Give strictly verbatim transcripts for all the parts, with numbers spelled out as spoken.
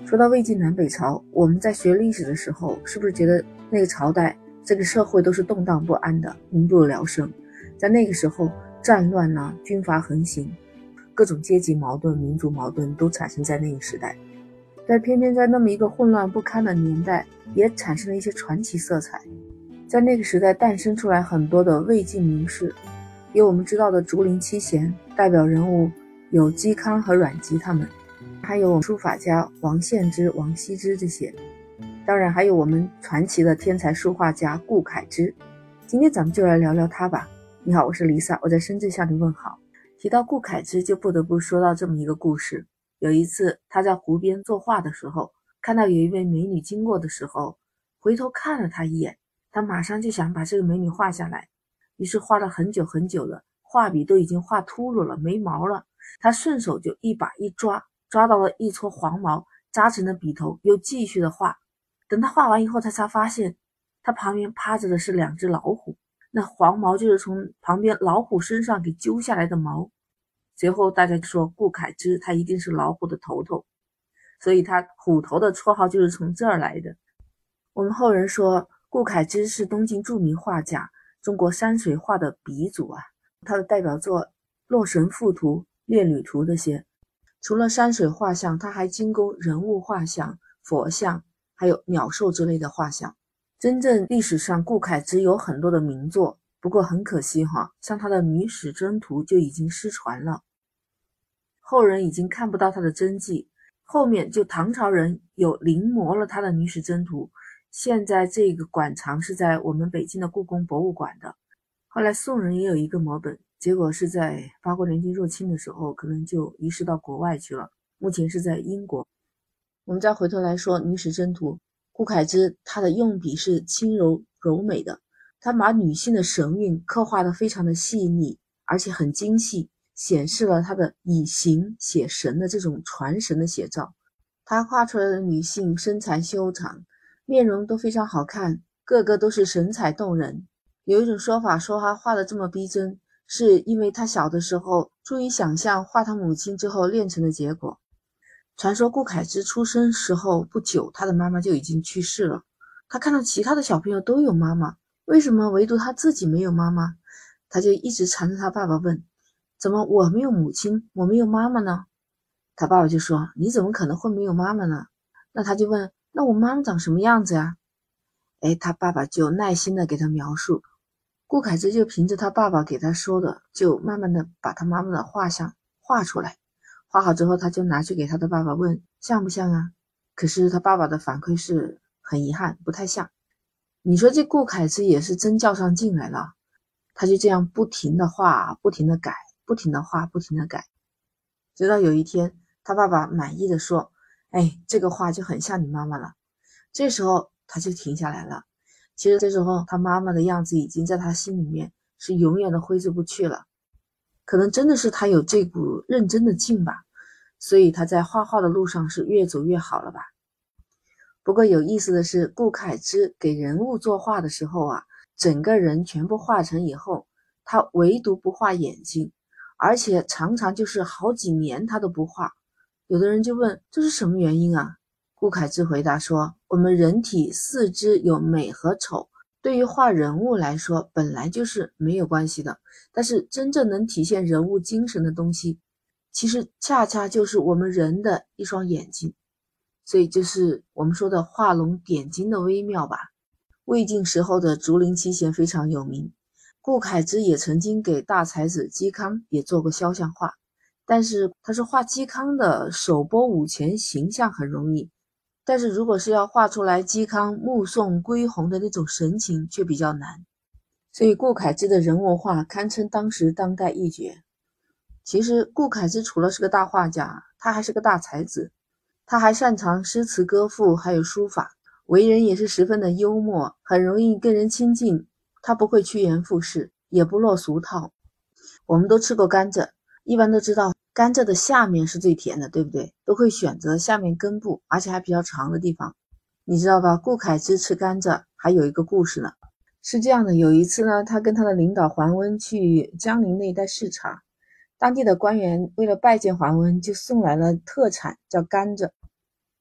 说到魏晋南北朝，我们在学历史的时候，是不是觉得那个朝代这个社会都是动荡不安的，民不聊生？在那个时候，战乱啊，军阀横行，各种阶级矛盾、民族矛盾都产生在那个时代。但偏偏在那么一个混乱不堪的年代，也产生了一些传奇色彩。在那个时代诞生出来很多的魏晋名士，有我们知道的竹林七贤，代表人物有嵇康和阮籍他们，还有书法家王献之、王羲之这些，当然还有我们传奇的天才书画家顾恺之。今天咱们就来聊聊他吧。你好，我是丽萨，我在深圳向你问好。提到顾恺之，就不得不说到这么一个故事。有一次他在湖边作画的时候，看到有一位美女经过的时候，回头看了他一眼，他马上就想把这个美女画下来，于是画了很久很久了，画笔都已经画秃噜了，没毛了，他顺手就一把一抓，抓到了一撮黄毛，扎成了笔头，又继续的画。等他画完以后，他才发现他旁边趴着的是两只老虎，那黄毛就是从旁边老虎身上给揪下来的毛。随后大家说顾恺之他一定是老虎的头头，所以他虎头的绰号就是从这儿来的。我们后人说顾恺之是东晋著名画家，中国山水画的鼻祖啊，他的代表作《洛神赋图》《列履图》这些。除了山水画像，他还精工人物画像、佛像，还有鸟兽之类的画像。真正历史上顾恺之有很多的名作，不过很可惜哈，像他的《女史箴图》就已经失传了，后人已经看不到他的真迹。后面就唐朝人有临摹了他的《女史箴图》，现在这个馆藏是在我们北京的故宫博物馆的。后来宋人也有一个摹本，结果是在法国联军入侵的时候，可能就遗失到国外去了，目前是在英国。我们再回头来说《女史箴图》，顾恺之他的用笔是轻柔柔美的，他把女性的神韵刻画得非常的细腻，而且很精细，显示了他的以形写神的这种传神的写照。他画出来的女性身材修长，面容都非常好看，个个都是神采动人。有一种说法说他画得这么逼真，是因为他小的时候出于想象画他母亲之后练成的结果。传说顾恺之出生时候不久，他的妈妈就已经去世了。他看到其他的小朋友都有妈妈，为什么唯独他自己没有妈妈？他就一直缠着他爸爸问，怎么我没有母亲，我没有妈妈呢？他爸爸就说，你怎么可能会没有妈妈呢？那他就问，那我妈妈长什么样子呀？哎，他爸爸就耐心的给他描述，顾恺之就凭着他爸爸给他说的，就慢慢的把他妈妈的画像画出来。画好之后，他就拿去给他的爸爸问，像不像啊？可是他爸爸的反馈是很遗憾，不太像。你说这顾恺之也是真较上劲来了，他就这样不停的画，不停的改，不停的画，不停的改，直到有一天他爸爸满意的说，哎，这个画就很像你妈妈了。这时候他就停下来了。其实这时候他妈妈的样子已经在他心里面是永远的挥之不去了，可能真的是他有这股认真的劲吧，所以他在画画的路上是越走越好了吧。不过有意思的是，顾恺之给人物作画的时候啊，整个人全部画成以后，他唯独不画眼睛，而且常常就是好几年他都不画。有的人就问，这是什么原因啊？顾恺之回答说，我们人体四肢有美和丑，对于画人物来说本来就是没有关系的，但是真正能体现人物精神的东西，其实恰恰就是我们人的一双眼睛。所以就是我们说的画龙点睛的微妙吧。魏晋时候的竹林七贤非常有名，顾恺之也曾经给大才子嵇康也做过肖像画，但是他是画嵇康的手拨五拳形象很容易，但是如果是要画出来嵇康目送归鸿的那种神情却比较难。所以顾恺之的人物画堪称当时当代一绝。其实顾恺之除了是个大画家，他还是个大才子，他还擅长诗词歌赋还有书法，为人也是十分的幽默，很容易跟人亲近。他不会趋炎附势，也不落俗套。我们都吃过甘蔗，一般都知道甘蔗的下面是最甜的，对不对？都会选择下面根部而且还比较长的地方。你知道吧，顾恺之吃甘蔗还有一个故事呢。是这样的，有一次呢，他跟他的领导桓温去江陵那一带视察，当地的官员为了拜见桓温，就送来了特产叫甘蔗。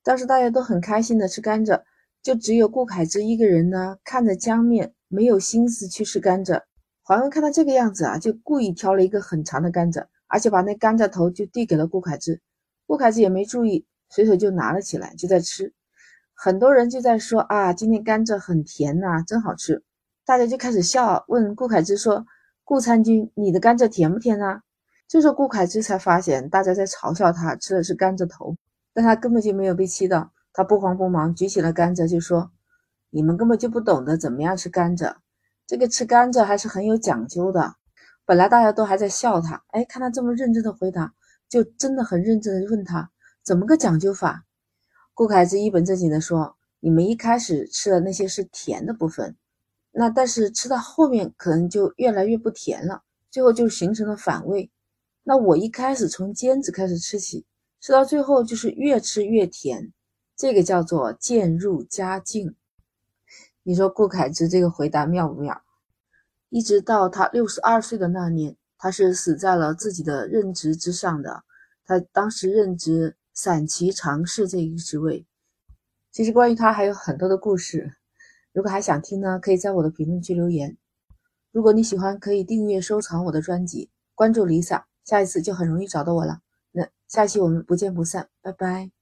当时大家都很开心的吃甘蔗，就只有顾恺之一个人呢，看着江面，没有心思去吃甘蔗。桓温看他这个样子啊，就故意挑了一个很长的甘蔗，而且把那甘蔗头就递给了顾恺之。顾恺之也没注意，随手就拿了起来，就在吃。很多人就在说啊，今天甘蔗很甜呐、啊，真好吃。大家就开始笑，问顾恺之说：“顾参军，你的甘蔗甜不甜啊？”这时候顾恺之才发现大家在嘲笑他吃的是甘蔗头，但他根本就没有被气到，他不慌不忙举起了甘蔗就说：“你们根本就不懂得怎么样吃甘蔗，这个吃甘蔗还是很有讲究的。”本来大家都还在笑他，哎，看他这么认真的回答，就真的很认真的问他怎么个讲究法。顾恺之一本正经的说：“你们一开始吃的那些是甜的部分，那但是吃到后面可能就越来越不甜了，最后就形成了反胃。那我一开始从尖子开始吃起，吃到最后就是越吃越甜，这个叫做渐入佳境。”你说顾恺之这个回答妙不妙？一直到他六十二岁的那年，他是死在了自己的任职之上的。他当时任职散骑常侍这一个职位。其实关于他还有很多的故事，如果还想听呢，可以在我的评论区留言。如果你喜欢，可以订阅收藏我的专辑，关注 Lisa， 下一次就很容易找到我了。那下期我们不见不散，拜拜。